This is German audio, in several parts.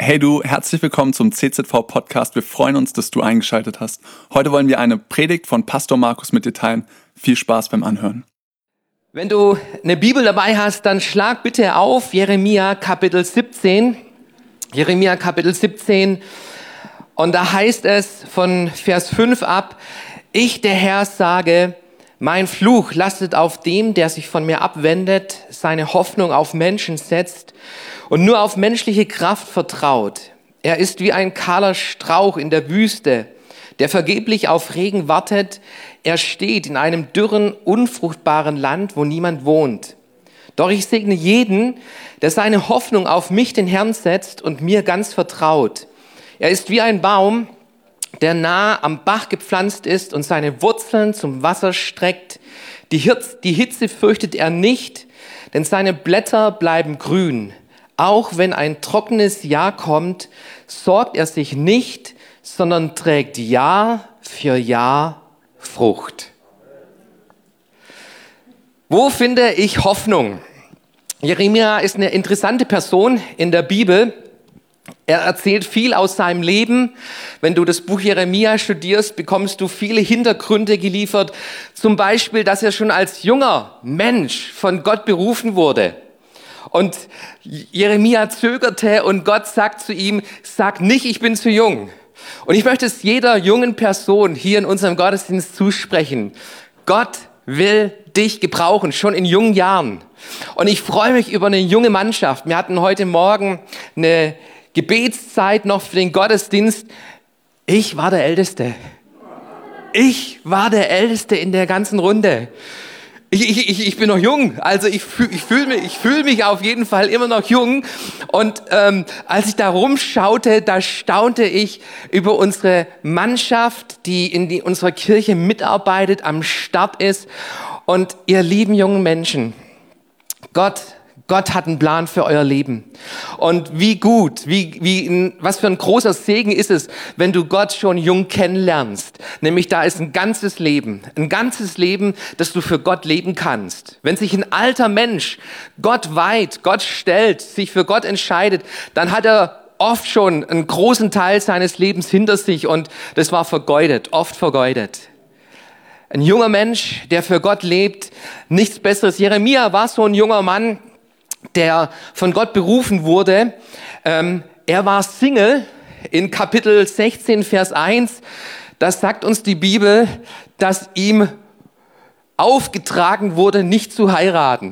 Hey du, herzlich willkommen zum CZV-Podcast. Wir freuen uns, dass du eingeschaltet hast. Heute wollen wir eine Predigt von Pastor Markus mit dir teilen. Viel Spaß beim Anhören. Wenn du eine Bibel dabei hast, dann schlag bitte auf Jeremia Kapitel 17. Jeremia Kapitel 17. Und da heißt es von Vers 5 ab: Ich, der Herr, sage, mein Fluch lastet auf dem, der sich von mir abwendet, seine Hoffnung auf Menschen setzt und nur auf menschliche Kraft vertraut. Er ist wie ein kahler Strauch in der Wüste, der vergeblich auf Regen wartet. Er steht in einem dürren, unfruchtbaren Land, wo niemand wohnt. Doch ich segne jeden, der seine Hoffnung auf mich, den Herrn, setzt und mir ganz vertraut. Er ist wie ein Baum, der nahe am Bach gepflanzt ist und seine Wurzeln zum Wasser streckt. Die Hitze fürchtet er nicht, denn seine Blätter bleiben grün. Auch wenn ein trockenes Jahr kommt, sorgt er sich nicht, sondern trägt Jahr für Jahr Frucht. Wo finde ich Hoffnung? Jeremia ist eine interessante Person in der Bibel. Er erzählt viel aus seinem Leben. Wenn du das Buch Jeremia studierst, bekommst du viele Hintergründe geliefert. Zum Beispiel, dass er schon als junger Mensch von Gott berufen wurde. Und Jeremia zögerte und Gott sagt zu ihm, sag nicht, ich bin zu jung. Und ich möchte es jeder jungen Person hier in unserem Gottesdienst zusprechen. Gott will dich gebrauchen, schon in jungen Jahren. Und ich freue mich über eine junge Mannschaft. Wir hatten heute Morgen eine Gebetszeit noch für den Gottesdienst. Ich war der Älteste. Ich war der Älteste in der ganzen Runde. Ich bin noch jung, also ich fühl mich auf jeden Fall immer noch jung. Und als ich da rumschaute, da staunte ich über unsere Mannschaft, die in unserer Kirche mitarbeitet, am Start ist. Und ihr lieben jungen Menschen, Gott hat einen Plan für euer Leben. Und wie gut, was für ein großer Segen ist es, wenn du Gott schon jung kennenlernst. Nämlich da ist ein ganzes Leben, das du für Gott leben kannst. Wenn sich ein alter Mensch Gott weiht, Gott stellt, sich für Gott entscheidet, dann hat er oft schon einen großen Teil seines Lebens hinter sich und das war oft vergeudet. Ein junger Mensch, der für Gott lebt, nichts Besseres. Jeremia war so ein junger Mann, der von Gott berufen wurde. Er war Single in Kapitel 16, Vers 1. Das sagt uns die Bibel, dass ihm aufgetragen wurde, nicht zu heiraten.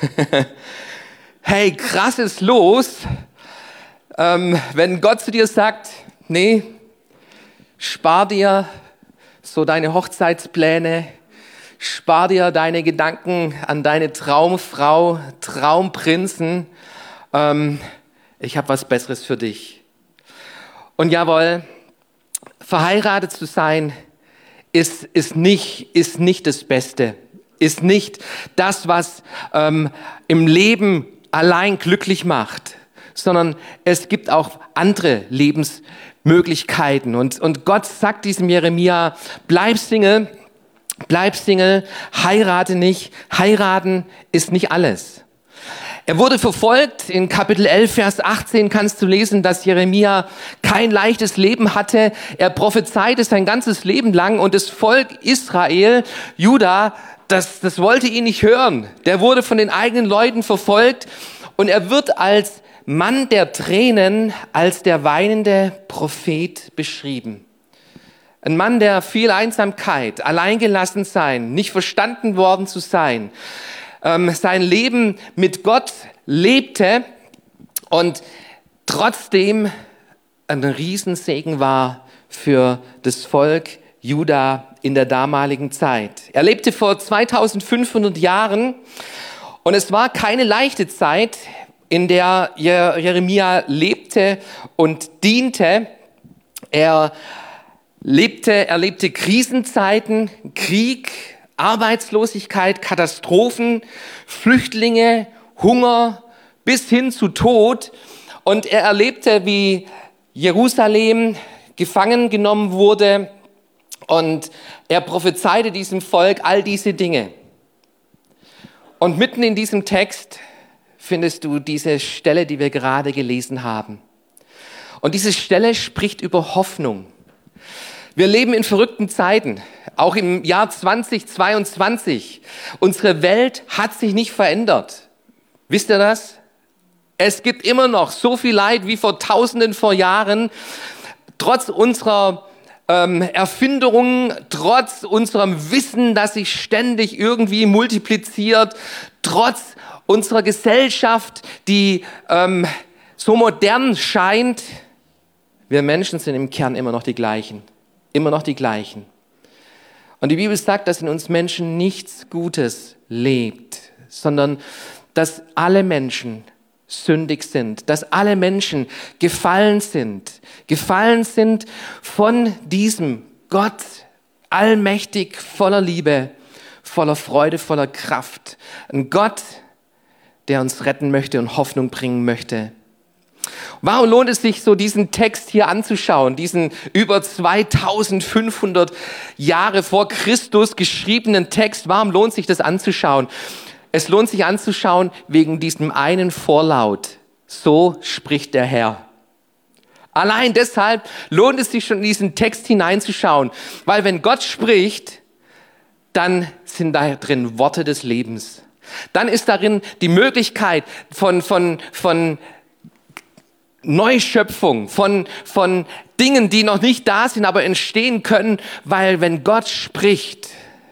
Hey, krasses Los. Wenn Gott zu dir sagt, nee, spar dir so deine Hochzeitspläne, spar dir deine Gedanken an deine Traumfrau, Traumprinzen. Ich habe was Besseres für dich. Und jawohl, verheiratet zu sein ist nicht das Beste. Ist nicht das, was im Leben allein glücklich macht, sondern es gibt auch andere Lebensmöglichkeiten. Und Gott sagt diesem Jeremia, bleib Single, heirate nicht. Heiraten ist nicht alles. Er wurde verfolgt. In Kapitel 11, Vers 18 kannst du lesen, dass Jeremia kein leichtes Leben hatte. Er prophezeite sein ganzes Leben lang und das Volk Israel, Juda, das wollte ihn nicht hören. Der wurde von den eigenen Leuten verfolgt und er wird als Mann der Tränen, als der weinende Prophet beschrieben. Ein Mann, der viel Einsamkeit, alleingelassen sein, nicht verstanden worden zu sein, sein Leben mit Gott lebte und trotzdem ein Riesensegen war für das Volk Juda in der damaligen Zeit. Er lebte vor 2500 Jahren und es war keine leichte Zeit, in der Jeremia lebte und diente. Er erlebte Krisenzeiten, Krieg, Arbeitslosigkeit, Katastrophen, Flüchtlinge, Hunger bis hin zu Tod. Und er erlebte, wie Jerusalem gefangen genommen wurde. Und er prophezeite diesem Volk all diese Dinge. Und mitten in diesem Text findest du diese Stelle, die wir gerade gelesen haben. Und diese Stelle spricht über Hoffnung. Wir leben in verrückten Zeiten, auch im Jahr 2022. Unsere Welt hat sich nicht verändert. Wisst ihr das? Es gibt immer noch so viel Leid wie vor Tausenden von Jahren. Trotz unserer Erfindungen, trotz unserem Wissen, das sich ständig irgendwie multipliziert, trotz unserer Gesellschaft, die so modern scheint, wir Menschen sind im Kern immer noch die gleichen. Immer noch die gleichen. Und die Bibel sagt, dass in uns Menschen nichts Gutes lebt, sondern dass alle Menschen sündig sind, dass alle Menschen gefallen sind von diesem Gott, allmächtig, voller Liebe, voller Freude, voller Kraft. Ein Gott, der uns retten möchte und Hoffnung bringen möchte. Warum lohnt es sich, so diesen Text hier anzuschauen, diesen über 2500 Jahre vor Christus geschriebenen Text? Warum lohnt sich das anzuschauen? Es lohnt sich anzuschauen wegen diesem einen Vorlaut. So spricht der Herr. Allein deshalb lohnt es sich schon in diesen Text hineinzuschauen, weil wenn Gott spricht, dann sind da drin Worte des Lebens. Dann ist darin die Möglichkeit von Neuschöpfung, von Dingen, die noch nicht da sind, aber entstehen können, weil wenn Gott spricht,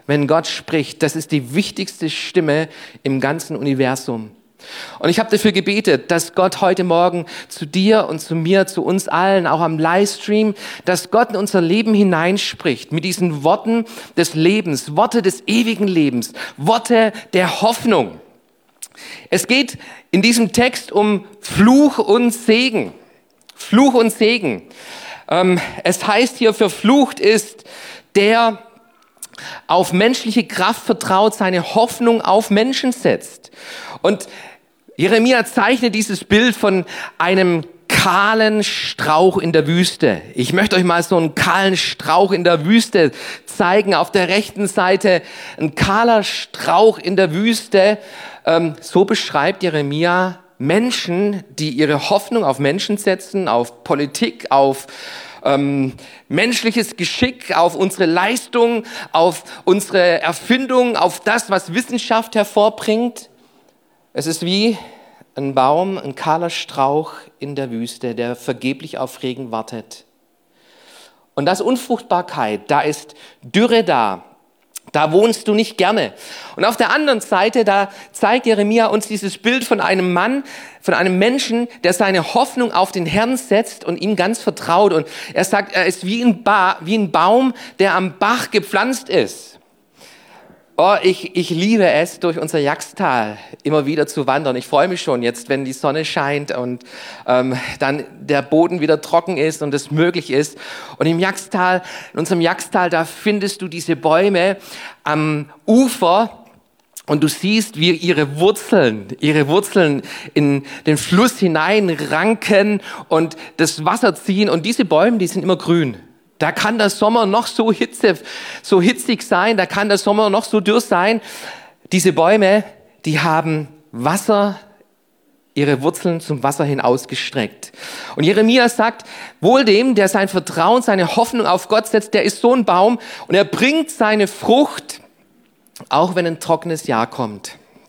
das ist die wichtigste Stimme im ganzen Universum. Und ich habe dafür gebetet, dass Gott heute Morgen zu dir und zu mir, zu uns allen, auch am Livestream, dass Gott in unser Leben hineinspricht mit diesen Worten des Lebens, Worte des ewigen Lebens, Worte der Hoffnung. Es geht in diesem Text um Fluch und Segen. Fluch und Segen. Es heißt hier, verflucht ist, der auf menschliche Kraft vertraut, seine Hoffnung auf Menschen setzt. Und Jeremia zeichnet dieses Bild von einem kahlen Strauch in der Wüste. Ich möchte euch mal so einen kahlen Strauch in der Wüste zeigen. Auf der rechten Seite ein kahler Strauch in der Wüste. So beschreibt Jeremia Menschen, die ihre Hoffnung auf Menschen setzen, auf Politik, auf menschliches Geschick, auf unsere Leistung, auf unsere Erfindung, auf das, was Wissenschaft hervorbringt. Es ist wie ein Baum, ein kahler Strauch in der Wüste, der vergeblich auf Regen wartet. Und da ist Unfruchtbarkeit, da ist Dürre da. Da wohnst du nicht gerne. Und auf der anderen Seite, da zeigt Jeremia uns dieses Bild von einem Mann, von einem Menschen, der seine Hoffnung auf den Herrn setzt und ihm ganz vertraut. Und er sagt, er ist wie ein Baum, der am Bach gepflanzt ist. Oh, ich liebe es, durch unser Jagstal immer wieder zu wandern. Ich freue mich schon jetzt, wenn die Sonne scheint und dann der Boden wieder trocken ist und es möglich ist. Und in unserem Jagstal, da findest du diese Bäume am Ufer und du siehst, wie ihre Wurzeln in den Fluss hineinranken und das Wasser ziehen. Und diese Bäume, die sind immer grün. Da kann der Sommer noch so hitzig sein, da kann der Sommer noch so dürr sein. Diese Bäume, die haben Wasser, ihre Wurzeln zum Wasser hin ausgestreckt. Und Jeremia sagt, wohl dem, der sein Vertrauen, seine Hoffnung auf Gott setzt, der ist so ein Baum und er bringt seine Frucht, auch wenn ein trockenes Jahr kommt.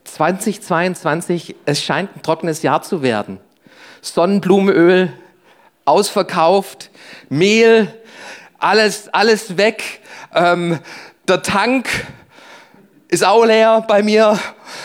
2022, es scheint ein trockenes Jahr zu werden. Sonnenblumenöl, ausverkauft, Mehl, alles weg. Der Tank ist auch leer bei mir.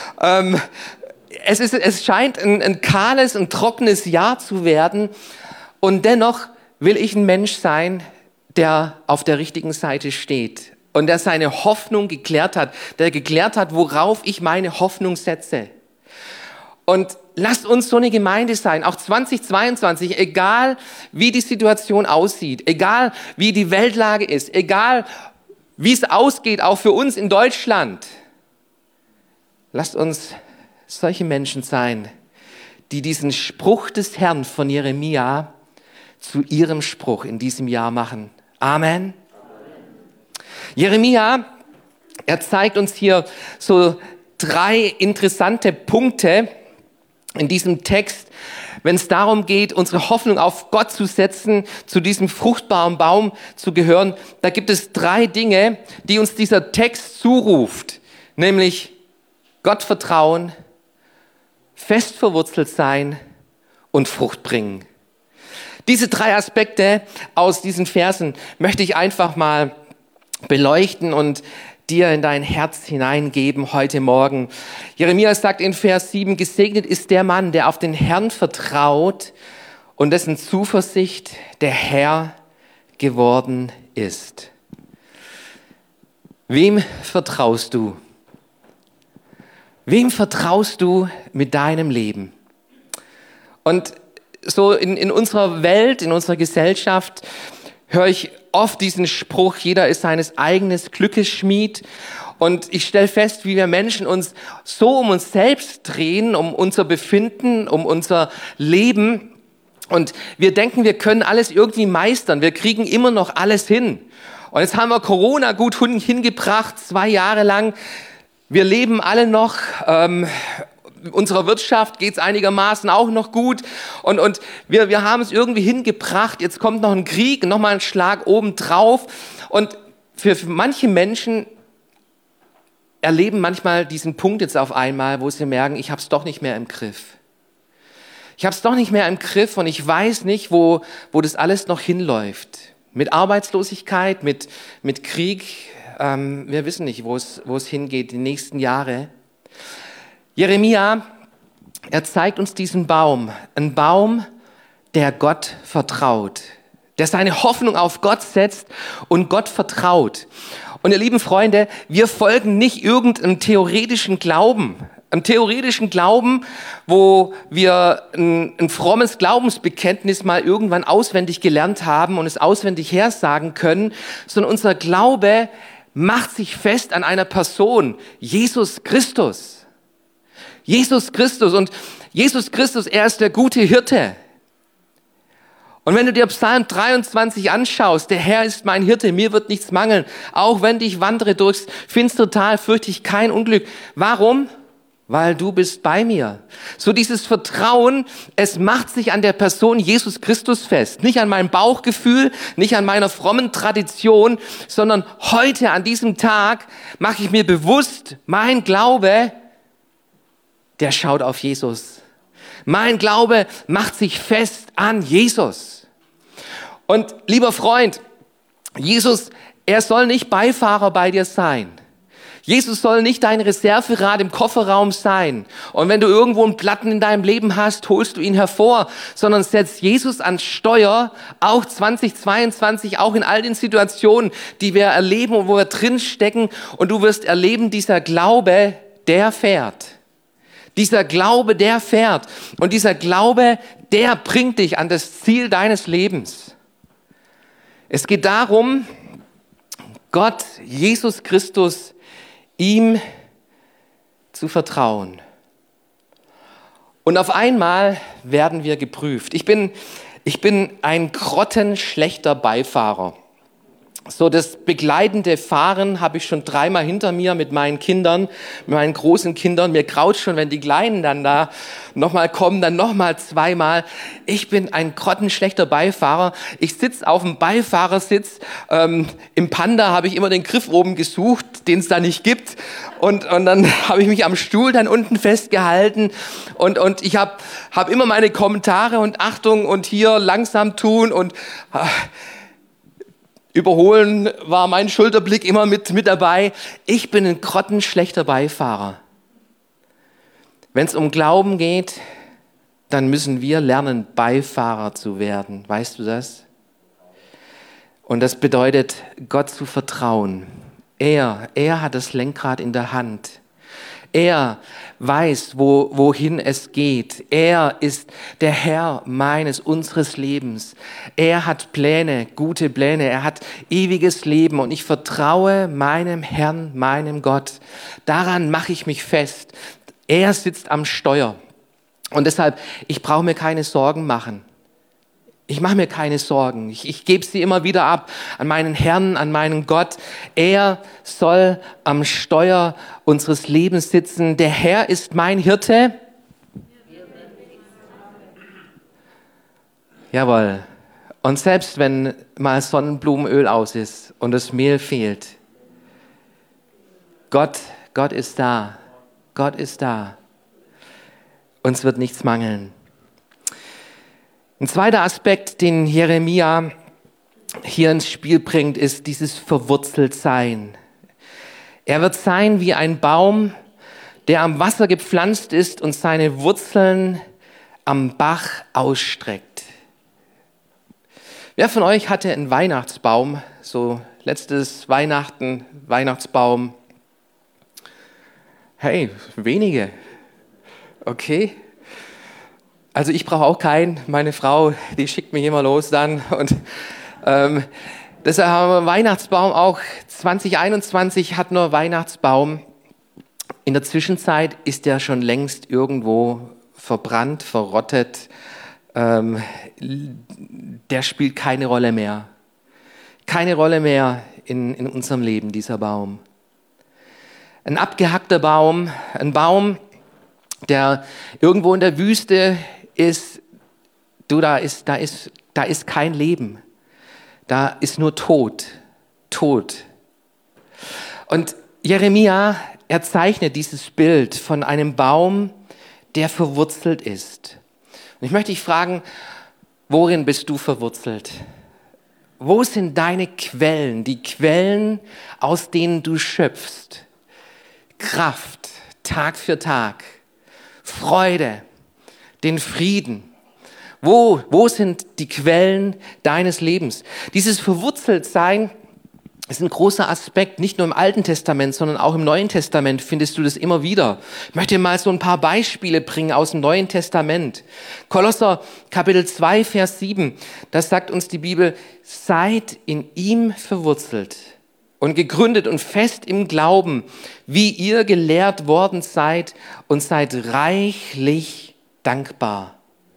Es scheint ein kahles, ein trockenes Jahr zu werden. Und dennoch will ich ein Mensch sein, der auf der richtigen Seite steht. Und der seine Hoffnung geklärt hat. Der geklärt hat, worauf ich meine Hoffnung setze. Und lasst uns so eine Gemeinde sein, auch 2022, egal wie die Situation aussieht, egal wie die Weltlage ist, egal wie es ausgeht, auch für uns in Deutschland. Lasst uns solche Menschen sein, die diesen Spruch des Herrn von Jeremia zu ihrem Spruch in diesem Jahr machen. Amen. Jeremia, er zeigt uns hier so 3 interessante Punkte in diesem Text, wenn es darum geht, unsere Hoffnung auf Gott zu setzen, zu diesem fruchtbaren Baum zu gehören, da gibt es 3 Dinge, die uns dieser Text zuruft, nämlich Gott vertrauen, fest verwurzelt sein und Frucht bringen. Diese 3 Aspekte aus diesen Versen möchte ich einfach mal beleuchten und dir in dein Herz hineingeben heute Morgen. Jeremia sagt in Vers 7, gesegnet ist der Mann, der auf den Herrn vertraut und dessen Zuversicht der Herr geworden ist. Wem vertraust du? Wem vertraust du mit deinem Leben? Und so in unserer Welt, in unserer Gesellschaft höre ich oft diesen Spruch, jeder ist seines eigenen Glückes Schmied. Und ich stelle fest, wie wir Menschen uns so um uns selbst drehen, um unser Befinden, um unser Leben. Und wir denken, wir können alles irgendwie meistern. Wir kriegen immer noch alles hin. Und jetzt haben wir Corona gut hingebracht, 2 Jahre lang. Wir leben alle noch. Unserer Wirtschaft geht's einigermaßen auch noch gut und wir haben es irgendwie hingebracht. Jetzt kommt noch ein Krieg, nochmal ein Schlag obendrauf und für manche Menschen erleben manchmal diesen Punkt jetzt auf einmal, wo sie merken, ich habe es doch nicht mehr im Griff. Ich habe es doch nicht mehr im Griff und ich weiß nicht, wo das alles noch hinläuft. Mit Arbeitslosigkeit, mit Krieg, wir wissen nicht, wo es hingeht die nächsten Jahre. Jeremia, er zeigt uns diesen Baum, ein Baum, der Gott vertraut, der seine Hoffnung auf Gott setzt und Gott vertraut. Und ihr lieben Freunde, wir folgen nicht irgendeinem theoretischen Glauben, wo wir ein frommes Glaubensbekenntnis mal irgendwann auswendig gelernt haben und es auswendig hersagen können, sondern unser Glaube macht sich fest an einer Person, Jesus Christus. Jesus Christus und Jesus Christus, er ist der gute Hirte. Und wenn du dir Psalm 23 anschaust, der Herr ist mein Hirte, mir wird nichts mangeln. Auch wenn ich wandere durchs finstere Tal, fürchte ich kein Unglück. Warum? Weil du bist bei mir. So dieses Vertrauen, es macht sich an der Person Jesus Christus fest. Nicht an meinem Bauchgefühl, nicht an meiner frommen Tradition, sondern heute an diesem Tag mache ich mir bewusst, mein Glaube, der schaut auf Jesus. Mein Glaube macht sich fest an Jesus. Und lieber Freund, Jesus, er soll nicht Beifahrer bei dir sein. Jesus soll nicht dein Reserverad im Kofferraum sein. Und wenn du irgendwo einen Platten in deinem Leben hast, holst du ihn hervor, sondern setz Jesus ans Steuer, auch 2022, auch in all den Situationen, die wir erleben und wo wir drinstecken. Und du wirst erleben, dieser Glaube, der fährt. Dieser Glaube, der fährt. Und dieser Glaube, der bringt dich an das Ziel deines Lebens. Es geht darum, Gott, Jesus Christus, ihm zu vertrauen. Und auf einmal werden wir geprüft. Ich bin ein grottenschlechter Beifahrer. So das begleitende Fahren habe ich schon 3-mal hinter mir mit meinen Kindern, mit meinen großen Kindern. Mir graut schon, wenn die Kleinen dann da nochmal kommen, dann nochmal 2-mal. Ich bin ein grottenschlechter Beifahrer. Ich sitze auf dem Beifahrersitz. Im Panda habe ich immer den Griff oben gesucht, den es da nicht gibt. Und dann habe ich mich am Stuhl dann unten festgehalten. Und ich hab immer meine Kommentare und Achtung und hier langsam tun und Überholen war mein Schulterblick immer mit dabei. Ich bin ein grottenschlechter Beifahrer. Wenn es um Glauben geht, dann müssen wir lernen, Beifahrer zu werden. Weißt du das? Und das bedeutet, Gott zu vertrauen. Er hat das Lenkrad in der Hand. Er weiß, wohin es geht. Er ist der Herr unseres Lebens. Er hat Pläne, gute Pläne. Er hat ewiges Leben und ich vertraue meinem Herrn, meinem Gott. Daran mache ich mich fest. Er sitzt am Steuer. Und deshalb, ich brauche mir keine Sorgen machen. Ich mache mir keine Sorgen. Ich gebe sie immer wieder ab an meinen Herrn, an meinen Gott. Er soll am Steuer unseres Lebens sitzen. Der Herr ist mein Hirte. Jawohl. Und selbst wenn mal Sonnenblumenöl aus ist und das Mehl fehlt, Gott ist da. Gott ist da. Uns wird nichts mangeln. Ein zweiter Aspekt, den Jeremia hier ins Spiel bringt, ist dieses Verwurzeltsein. Er wird sein wie ein Baum, der am Wasser gepflanzt ist und seine Wurzeln am Bach ausstreckt. Wer von euch hatte einen Weihnachtsbaum? So letztes Weihnachten, Weihnachtsbaum. Hey, wenige. Okay. Also ich brauche auch keinen. Meine Frau, die schickt mich immer los dann. Und deshalb haben wir einen Weihnachtsbaum auch. 2021 hatten wir einen Weihnachtsbaum. In der Zwischenzeit ist der schon längst irgendwo verbrannt, verrottet. Der spielt keine Rolle mehr. Keine Rolle mehr in unserem Leben, dieser Baum. Ein abgehackter Baum, ein Baum, der irgendwo in der Wüste ist. Da ist kein Leben. Da ist nur Tod. Tod. Und Jeremia, er zeichnet dieses Bild von einem Baum, der verwurzelt ist. Und ich möchte dich fragen, worin bist du verwurzelt? Wo sind deine Quellen, die Quellen, aus denen du schöpfst? Kraft, Tag für Tag, Freude, den Frieden. Wo sind die Quellen deines Lebens? Dieses Verwurzeltsein ist ein großer Aspekt, nicht nur im Alten Testament, sondern auch im Neuen Testament findest du das immer wieder. Ich möchte dir mal so ein paar Beispiele bringen aus dem Neuen Testament. Kolosser Kapitel 2, Vers 7, das sagt uns die Bibel, seid in ihm verwurzelt und gegründet und fest im Glauben, wie ihr gelehrt worden seid und seid reichlich dankbar.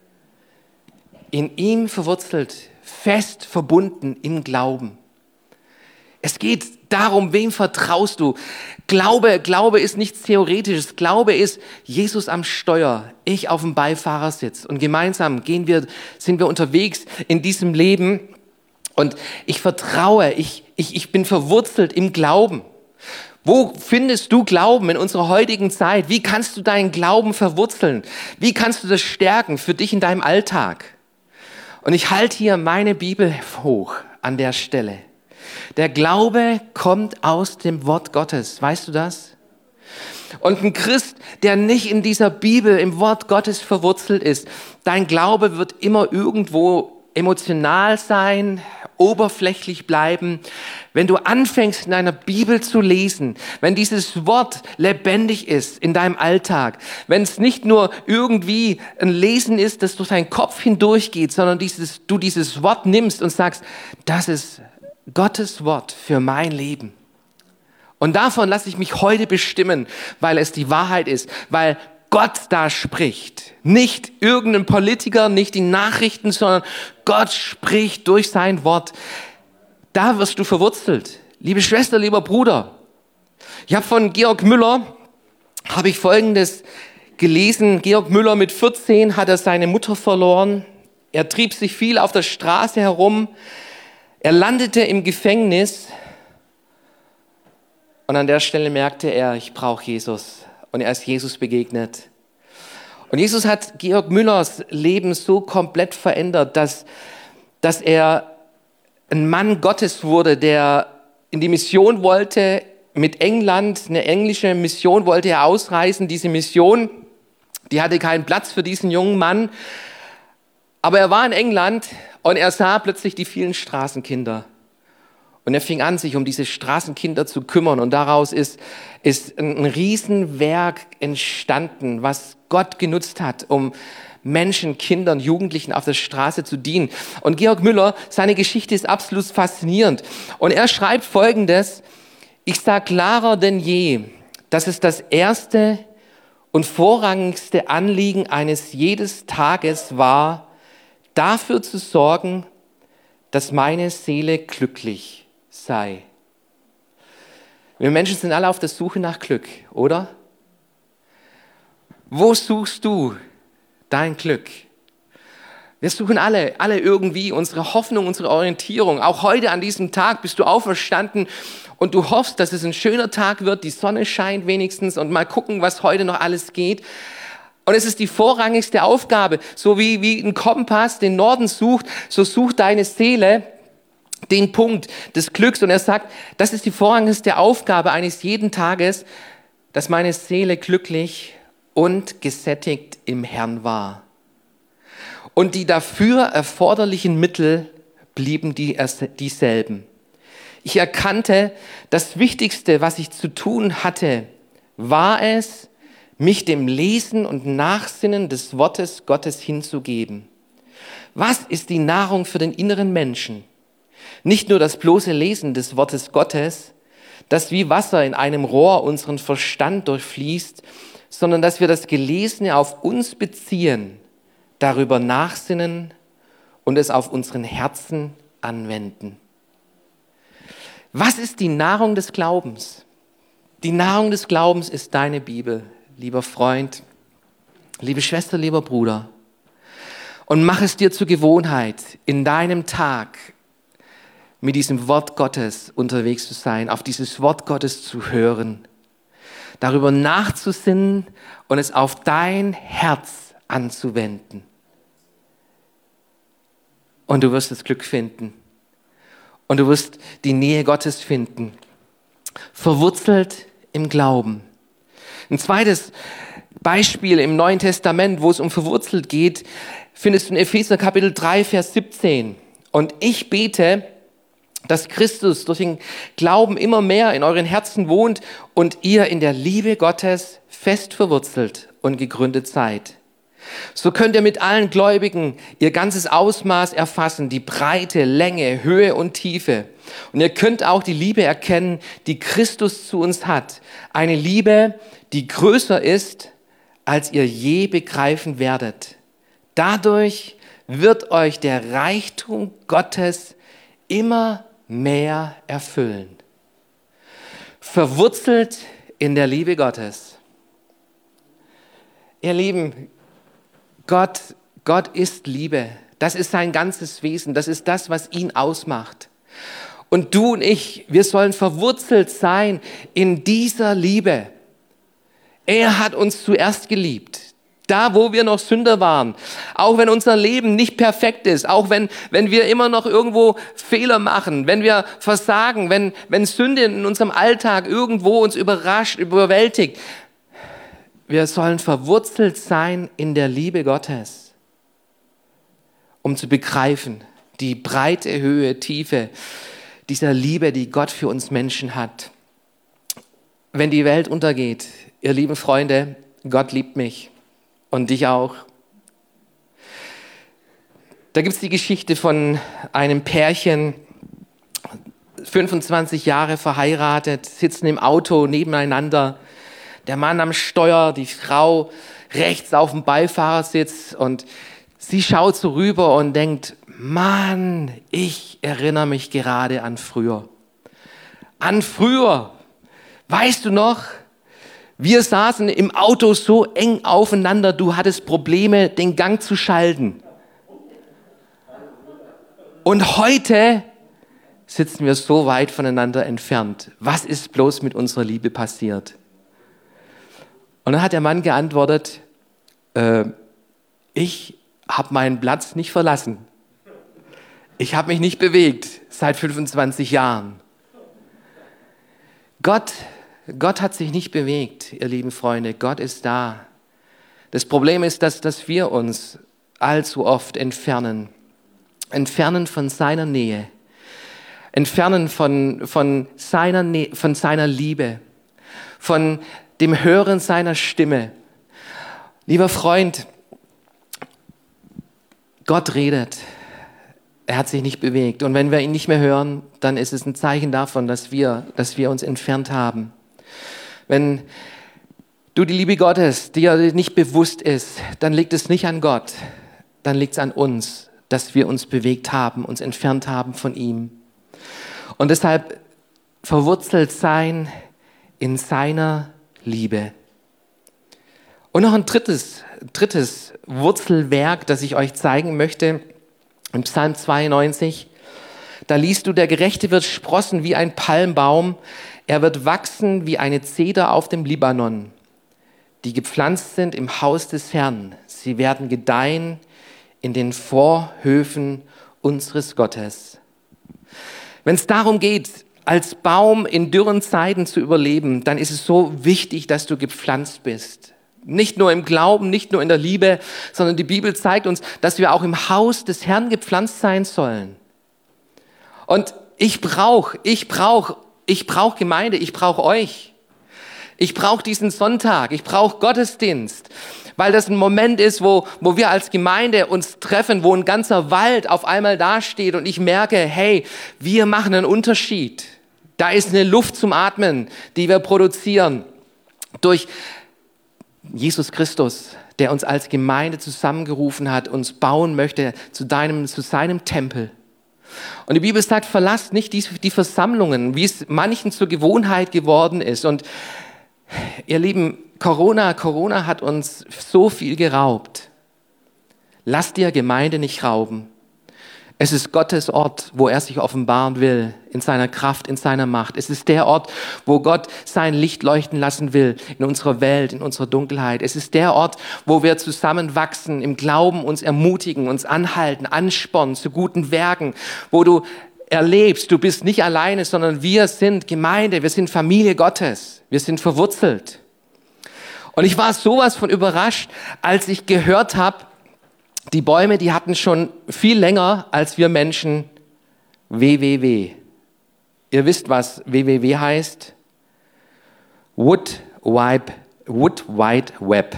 In ihm verwurzelt, fest verbunden im Glauben. Es geht darum, wem vertraust du? Glaube ist nichts Theoretisches. Glaube ist Jesus am Steuer, ich auf dem Beifahrersitz. Und gemeinsam sind wir unterwegs in diesem Leben. Und ich vertraue, ich bin verwurzelt im Glauben. Wo findest du Glauben in unserer heutigen Zeit? Wie kannst du deinen Glauben verwurzeln? Wie kannst du das stärken für dich in deinem Alltag? Und ich halte hier meine Bibel hoch an der Stelle. Der Glaube kommt aus dem Wort Gottes. Weißt du das? Und ein Christ, der nicht in dieser Bibel, im Wort Gottes verwurzelt ist, dein Glaube wird immer irgendwo emotional sein, oberflächlich bleiben. Wenn du anfängst, in deiner Bibel zu lesen, wenn dieses Wort lebendig ist in deinem Alltag, wenn es nicht nur irgendwie ein Lesen ist, das durch deinen Kopf hindurchgeht, sondern du dieses Wort nimmst und sagst, das ist Gottes Wort für mein Leben. Und davon lasse ich mich heute bestimmen, weil es die Wahrheit ist, weil Gott da spricht. Nicht irgendein Politiker, nicht die Nachrichten, sondern Gott spricht durch sein Wort. Da wirst du verwurzelt. Liebe Schwester, lieber Bruder. Ich habe von Georg Müller, Folgendes gelesen. Georg Müller mit 14 hat er seine Mutter verloren. Er trieb sich viel auf der Straße herum. Er landete im Gefängnis und an der Stelle merkte er, ich brauche Jesus. Und er ist Jesus begegnet. Und Jesus hat Georg Müllers Leben so komplett verändert, dass er ein Mann Gottes wurde, der in die Mission wollte, mit England, eine englische Mission wollte er ausreisen. Diese Mission, die hatte keinen Platz für diesen jungen Mann. Aber er war in England und er sah plötzlich die vielen Straßenkinder. Und er fing an, sich um diese Straßenkinder zu kümmern. Und daraus ist ein Riesenwerk entstanden, was Gott genutzt hat, um Menschen, Kindern, Jugendlichen auf der Straße zu dienen. Und Georg Müller, seine Geschichte ist absolut faszinierend. Und er schreibt Folgendes: Ich sah klarer denn je, dass es das erste und vorrangigste Anliegen eines jedes Tages war, dafür zu sorgen, dass meine Seele glücklich sei. Wir Menschen sind alle auf der Suche nach Glück, oder? Wo suchst du dein Glück? Wir suchen alle irgendwie unsere Hoffnung, unsere Orientierung. Auch heute an diesem Tag bist du auferstanden und du hoffst, dass es ein schöner Tag wird, die Sonne scheint wenigstens und mal gucken, was heute noch alles geht. Und es ist die vorrangigste Aufgabe, so wie ein Kompass den Norden sucht, so sucht deine Seele den Punkt des Glücks. Und er sagt, das ist die vorrangigste Aufgabe eines jeden Tages, dass meine Seele glücklich und gesättigt im Herrn war. Und die dafür erforderlichen Mittel blieben dieselben. Ich erkannte, das Wichtigste, was ich zu tun hatte, war es, mich dem Lesen und Nachsinnen des Wortes Gottes hinzugeben. Was ist die Nahrung für den inneren Menschen? Nicht nur das bloße Lesen des Wortes Gottes, das wie Wasser in einem Rohr unseren Verstand durchfließt, sondern dass wir das Gelesene auf uns beziehen, darüber nachsinnen und es auf unseren Herzen anwenden. Was ist die Nahrung des Glaubens? Die Nahrung des Glaubens ist deine Bibel, lieber Freund, liebe Schwester, lieber Bruder. Und mach es dir zur Gewohnheit, in deinem Tag mit diesem Wort Gottes unterwegs zu sein, auf dieses Wort Gottes zu hören, darüber nachzusinnen und es auf dein Herz anzuwenden. Und du wirst das Glück finden. Und du wirst die Nähe Gottes finden. Verwurzelt im Glauben. Ein zweites Beispiel im Neuen Testament, wo es um verwurzelt geht, findest du in Epheser Kapitel 3, Vers 17. Und ich bete, dass Christus durch den Glauben immer mehr in euren Herzen wohnt und ihr in der Liebe Gottes fest verwurzelt und gegründet seid. So könnt ihr mit allen Gläubigen ihr ganzes Ausmaß erfassen, die Breite, Länge, Höhe und Tiefe. Und ihr könnt auch die Liebe erkennen, die Christus zu uns hat. Eine Liebe, die größer ist, als ihr je begreifen werdet. Dadurch wird euch der Reichtum Gottes immer mehr erfüllen. Verwurzelt in der Liebe Gottes. Ihr Lieben, Gott ist Liebe. Das ist sein ganzes Wesen. Das ist das, was ihn ausmacht. Und du und ich, wir sollen verwurzelt sein in dieser Liebe. Er hat uns zuerst geliebt. Da, wo wir noch Sünder waren. Auch wenn unser Leben nicht perfekt ist. Auch wenn wir immer noch irgendwo Fehler machen. Wenn wir versagen. Wenn Sünde in unserem Alltag irgendwo uns überrascht, überwältigt. Wir sollen verwurzelt sein in der Liebe Gottes, um zu begreifen, die breite Höhe, Tiefe dieser Liebe, die Gott für uns Menschen hat. Wenn die Welt untergeht, ihr lieben Freunde, Gott liebt mich und dich auch. Da gibt es die Geschichte von einem Pärchen, 25 Jahre verheiratet, sitzen im Auto nebeneinander. Der Mann am Steuer, die Frau rechts auf dem Beifahrersitz und sie schaut so rüber und denkt, Mann, ich erinnere mich gerade an früher. An früher. Weißt du noch? Wir saßen im Auto so eng aufeinander, du hattest Probleme, den Gang zu schalten. Und heute sitzen wir so weit voneinander entfernt. Was ist bloß mit unserer Liebe passiert? Und dann hat der Mann geantwortet, ich habe meinen Platz nicht verlassen. Ich habe mich nicht bewegt seit 25 Jahren. Gott hat sich nicht bewegt, ihr lieben Freunde. Gott ist da. Das Problem ist, dass wir uns allzu oft entfernen. Entfernen von seiner Nähe. Entfernen von seiner Liebe. Von dem Hören seiner Stimme. Lieber Freund, Gott redet. Er hat sich nicht bewegt. Und wenn wir ihn nicht mehr hören, dann ist es ein Zeichen davon, dass wir uns entfernt haben. Wenn du die Liebe Gottes dir nicht bewusst ist, dann liegt es nicht an Gott. Dann liegt es an uns, dass wir uns bewegt haben, uns entfernt haben von ihm. Und deshalb verwurzelt sein in seiner Liebe. Und noch ein drittes Wurzelwerk, das ich euch zeigen möchte, im Psalm 92. Da liest du, der Gerechte wird sprossen wie ein Palmbaum, er wird wachsen wie eine Zeder auf dem Libanon, die gepflanzt sind im Haus des Herrn. Sie werden gedeihen in den Vorhöfen unseres Gottes. Wenn es darum geht, als Baum in dürren Zeiten zu überleben, dann ist es so wichtig, dass du gepflanzt bist. Nicht nur im Glauben, nicht nur in der Liebe, sondern die Bibel zeigt uns, dass wir auch im Haus des Herrn gepflanzt sein sollen. Und ich brauche Gemeinde, ich brauche euch. Ich brauche diesen Sonntag, ich brauche Gottesdienst, weil das ein Moment ist, wo wir als Gemeinde uns treffen, wo ein ganzer Wald auf einmal dasteht und ich merke, hey, wir machen einen Unterschied. Da ist eine Luft zum Atmen, die wir produzieren durch Jesus Christus, der uns als Gemeinde zusammengerufen hat, uns bauen möchte zu seinem Tempel. Und die Bibel sagt, verlasst nicht die Versammlungen, wie es manchen zur Gewohnheit geworden ist. Und ihr Lieben, Corona hat uns so viel geraubt. Lasst dir Gemeinde nicht rauben. Es ist Gottes Ort, wo er sich offenbaren will, in seiner Kraft, in seiner Macht. Es ist der Ort, wo Gott sein Licht leuchten lassen will, in unserer Welt, in unserer Dunkelheit. Es ist der Ort, wo wir zusammenwachsen, im Glauben uns ermutigen, uns anhalten, anspornen zu guten Werken, wo du erlebst, du bist nicht alleine, sondern wir sind Gemeinde, wir sind Familie Gottes, wir sind verwurzelt. Und ich war sowas von überrascht, als ich gehört habe, die Bäume, die hatten schon viel länger als wir Menschen WWW. Ihr wisst, was WWW heißt? Wood Wide Web.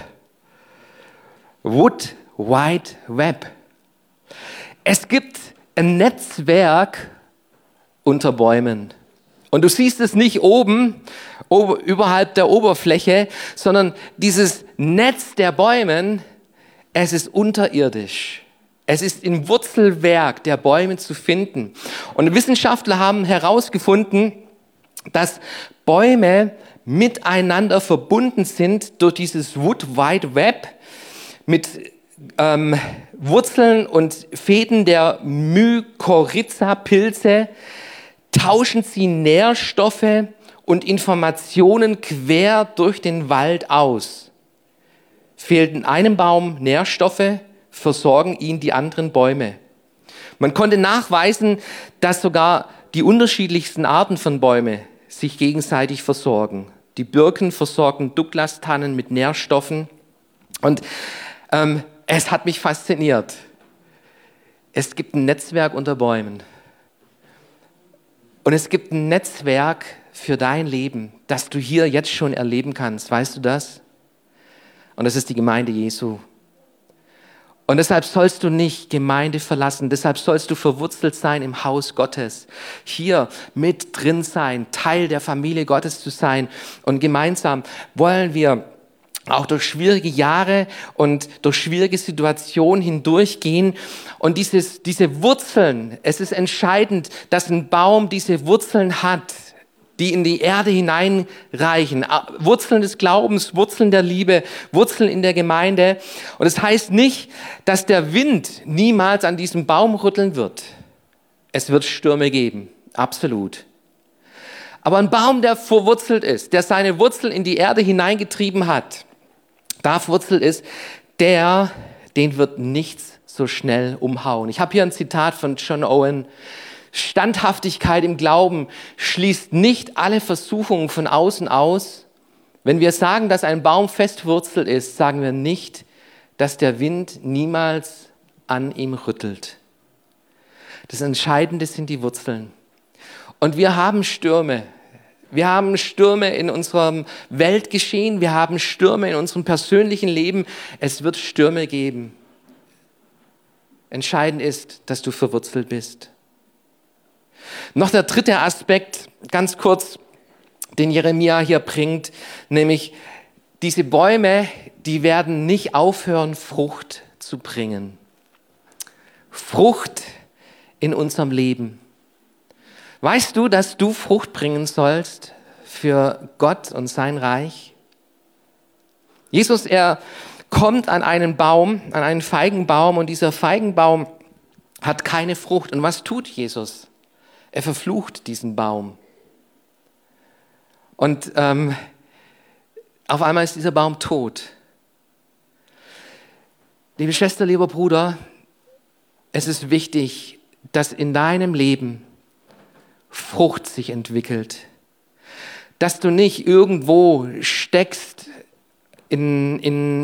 Wood Wide Web. Es gibt ein Netzwerk unter Bäumen. Und du siehst es nicht oben, überhalb der Oberfläche, sondern dieses Netz der Bäumen, es ist unterirdisch. Es ist im Wurzelwerk der Bäume zu finden. Und Wissenschaftler haben herausgefunden, dass Bäume miteinander verbunden sind durch dieses Wood Wide Web mit Wurzeln und Fäden der Mykorrhiza-Pilze, tauschen sie Nährstoffe und Informationen quer durch den Wald aus. Fehlten einem Baum Nährstoffe, versorgen ihn die anderen Bäume. Man konnte nachweisen, dass sogar die unterschiedlichsten Arten von Bäumen sich gegenseitig versorgen. Die Birken versorgen Douglas-Tannen mit Nährstoffen. Und es hat mich fasziniert. Es gibt ein Netzwerk unter Bäumen. Und es gibt ein Netzwerk für dein Leben, das du hier jetzt schon erleben kannst. Weißt du das? Und das ist die Gemeinde Jesu. Und deshalb sollst du nicht Gemeinde verlassen. Deshalb sollst du verwurzelt sein im Haus Gottes. Hier mit drin sein, Teil der Familie Gottes zu sein. Und gemeinsam wollen wir auch durch schwierige Jahre und durch schwierige Situationen hindurchgehen. Und diese Wurzeln, es ist entscheidend, dass ein Baum diese Wurzeln hat, die in die Erde hineinreichen. Wurzeln des Glaubens, Wurzeln der Liebe, Wurzeln in der Gemeinde. Und es heißt nicht, dass der Wind niemals an diesem Baum rütteln wird. Es wird Stürme geben, absolut. Aber ein Baum, der verwurzelt ist, der seine Wurzeln in die Erde hineingetrieben hat, da verwurzelt ist, den wird nichts so schnell umhauen. Ich habe hier ein Zitat von John Owen. Standhaftigkeit im Glauben schließt nicht alle Versuchungen von außen aus. Wenn wir sagen, dass ein Baum fest verwurzelt ist, sagen wir nicht, dass der Wind niemals an ihm rüttelt. Das Entscheidende sind die Wurzeln. Und wir haben Stürme. Wir haben Stürme in unserem Weltgeschehen. Wir haben Stürme in unserem persönlichen Leben. Es wird Stürme geben. Entscheidend ist, dass du verwurzelt bist. Noch der dritte Aspekt, ganz kurz, den Jeremia hier bringt, nämlich diese Bäume, die werden nicht aufhören, Frucht zu bringen. Frucht in unserem Leben. Weißt du, dass du Frucht bringen sollst für Gott und sein Reich? Jesus, er kommt an einen Baum, an einen Feigenbaum, und dieser Feigenbaum hat keine Frucht. Und was tut Jesus? Er verflucht diesen Baum. Und auf einmal ist dieser Baum tot. Liebe Schwester, lieber Bruder, es ist wichtig, dass in deinem Leben Frucht sich entwickelt. Dass du nicht irgendwo steckst in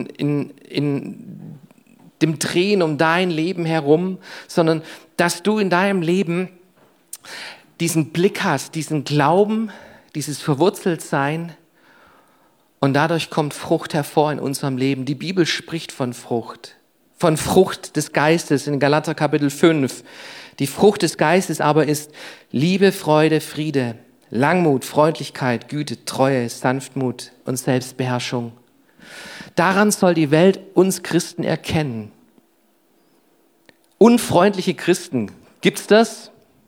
dem Drehen um dein Leben herum, sondern dass du in deinem Leben diesen Blick hast, diesen Glauben, dieses Verwurzeltsein, und dadurch kommt Frucht hervor in unserem Leben. Die Bibel spricht von Frucht des Geistes in Galater Kapitel 5. Die Frucht des Geistes aber ist Liebe, Freude, Friede, Langmut, Freundlichkeit, Güte, Treue, Sanftmut und Selbstbeherrschung. Daran soll die Welt uns Christen erkennen. Unfreundliche Christen, gibt's das?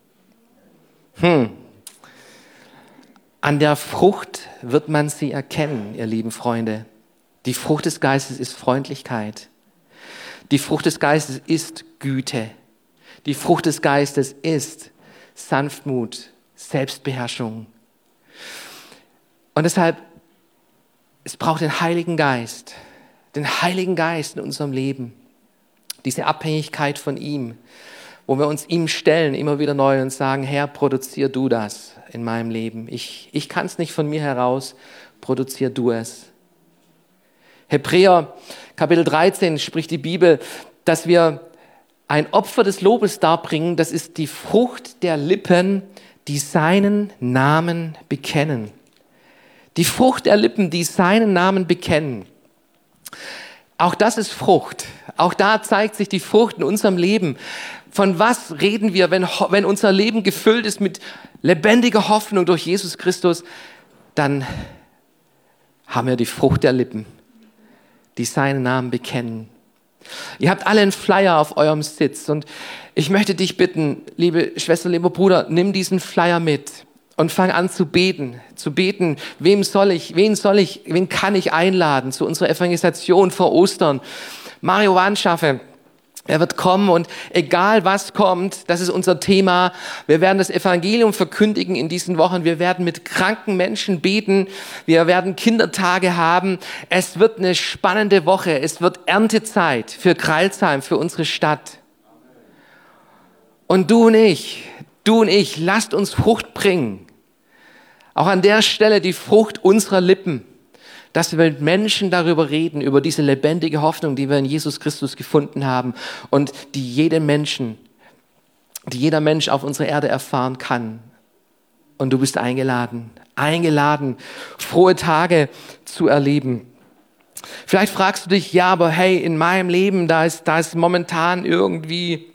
An der Frucht wird man sie erkennen, ihr lieben Freunde. Die Frucht des Geistes ist Freundlichkeit. Die Frucht des Geistes ist Güte. Die Frucht des Geistes ist Sanftmut, Selbstbeherrschung. Und deshalb, es braucht den Heiligen Geist in unserem Leben. Diese Abhängigkeit von ihm, wo wir uns ihm stellen, immer wieder neu und sagen, Herr, produzier du das in meinem Leben. Ich kann es nicht von mir heraus, produzier du es. Hebräer Kapitel 13 spricht die Bibel, dass wir ein Opfer des Lobes darbringen, das ist die Frucht der Lippen, die seinen Namen bekennen. Die Frucht der Lippen, die seinen Namen bekennen. Auch das ist Frucht. Auch da zeigt sich die Frucht in unserem Leben. Von was reden wir, wenn unser Leben gefüllt ist mit lebendiger Hoffnung durch Jesus Christus? Dann haben wir die Frucht der Lippen, die seinen Namen bekennen. Ihr habt alle einen Flyer auf eurem Sitz und ich möchte dich bitten, liebe Schwester, lieber Bruder, nimm diesen Flyer mit und fang an zu beten. Wen kann ich einladen zu unserer Evangelisation vor Ostern? Mario Wanschaffe, er wird kommen und egal was kommt, das ist unser Thema. Wir werden das Evangelium verkündigen in diesen Wochen. Wir werden mit kranken Menschen beten. Wir werden Kindertage haben. Es wird eine spannende Woche. Es wird Erntezeit für Crailsheim, für unsere Stadt. Und du und ich, lasst uns Frucht bringen. Auch an der Stelle die Frucht unserer Lippen. Dass wir mit Menschen darüber reden, über diese lebendige Hoffnung, die wir in Jesus Christus gefunden haben und die jeder Mensch auf unserer Erde erfahren kann. Und du bist eingeladen, frohe Tage zu erleben. Vielleicht fragst du dich, ja, aber hey, in meinem Leben, da ist momentan irgendwie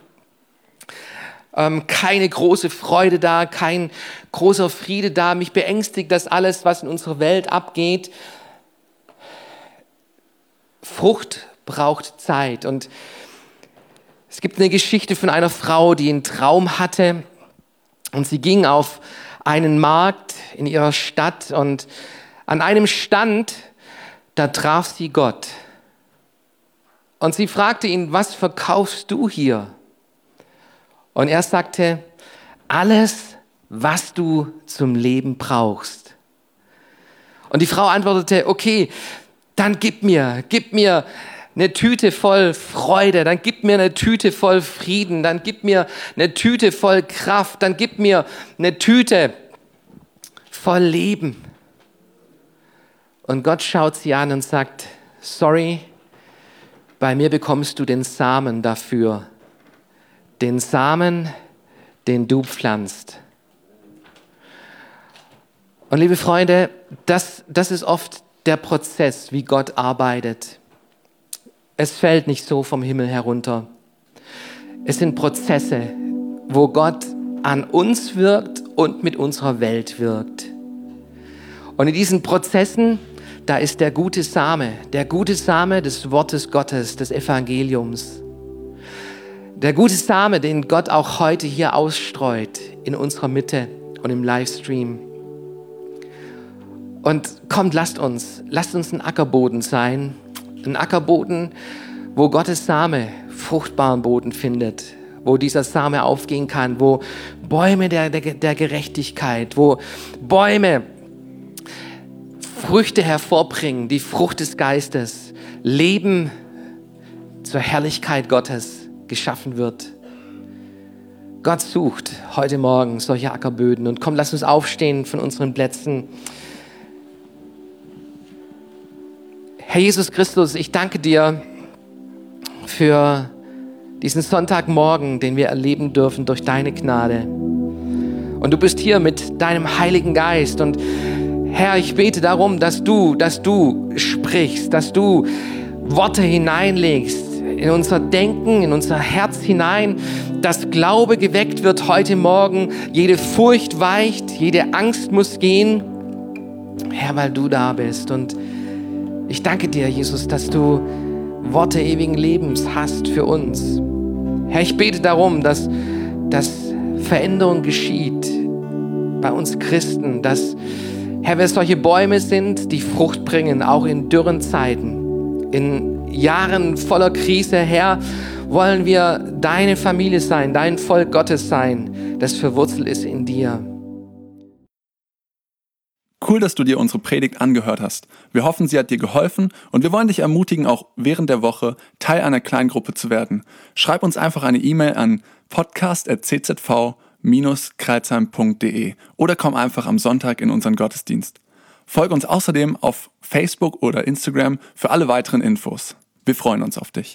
keine große Freude da, kein großer Friede da. Mich beängstigt das alles, was in unserer Welt abgeht. Frucht braucht Zeit. Und es gibt eine Geschichte von einer Frau, die einen Traum hatte und sie ging auf einen Markt in ihrer Stadt und an einem Stand, da traf sie Gott. Und sie fragte ihn, was verkaufst du hier? Und er sagte, alles, was du zum Leben brauchst. Und die Frau antwortete, okay, dann gib mir eine Tüte voll Freude, dann gib mir eine Tüte voll Frieden, dann gib mir eine Tüte voll Kraft, dann gib mir eine Tüte voll Leben. Und Gott schaut sie an und sagt, sorry, bei mir bekommst du den Samen dafür. Den Samen, den du pflanzt. Und liebe Freunde, das ist oft der Prozess, wie Gott arbeitet. Es fällt nicht so vom Himmel herunter. Es sind Prozesse, wo Gott an uns wirkt und mit unserer Welt wirkt. Und in diesen Prozessen, da ist der gute Same des Wortes Gottes, des Evangeliums. Der gute Same, den Gott auch heute hier ausstreut in unserer Mitte und im Livestream. Und kommt, lasst uns ein Ackerboden sein. Ein Ackerboden, wo Gottes Same fruchtbaren Boden findet. Wo dieser Same aufgehen kann. Wo Bäume der Gerechtigkeit, wo Bäume Früchte hervorbringen, die Frucht des Geistes, Leben zur Herrlichkeit Gottes geschaffen wird. Gott sucht heute Morgen solche Ackerböden. Und komm, lass uns aufstehen von unseren Plätzen. Herr Jesus Christus, ich danke dir für diesen Sonntagmorgen, den wir erleben dürfen durch deine Gnade. Und du bist hier mit deinem Heiligen Geist. Und Herr, ich bete darum, dass du sprichst, dass du Worte hineinlegst in unser Denken, in unser Herz hinein, dass Glaube geweckt wird heute Morgen, jede Furcht weicht, jede Angst muss gehen. Herr, weil du da bist. Und ich danke dir, Jesus, dass du Worte ewigen Lebens hast für uns. Herr, ich bete darum, dass Veränderung geschieht bei uns Christen, dass, Herr, wir solche Bäume sind, die Frucht bringen, auch in dürren Zeiten, in Jahren voller Krise. Herr, wollen wir deine Familie sein, dein Volk Gottes sein, das verwurzelt ist in dir. Cool, dass du dir unsere Predigt angehört hast. Wir hoffen, sie hat dir geholfen und wir wollen dich ermutigen, auch während der Woche Teil einer Kleingruppe zu werden. Schreib uns einfach eine E-Mail an podcast@czv-kreilsheim.de oder komm einfach am Sonntag in unseren Gottesdienst. Folge uns außerdem auf Facebook oder Instagram für alle weiteren Infos. Wir freuen uns auf dich.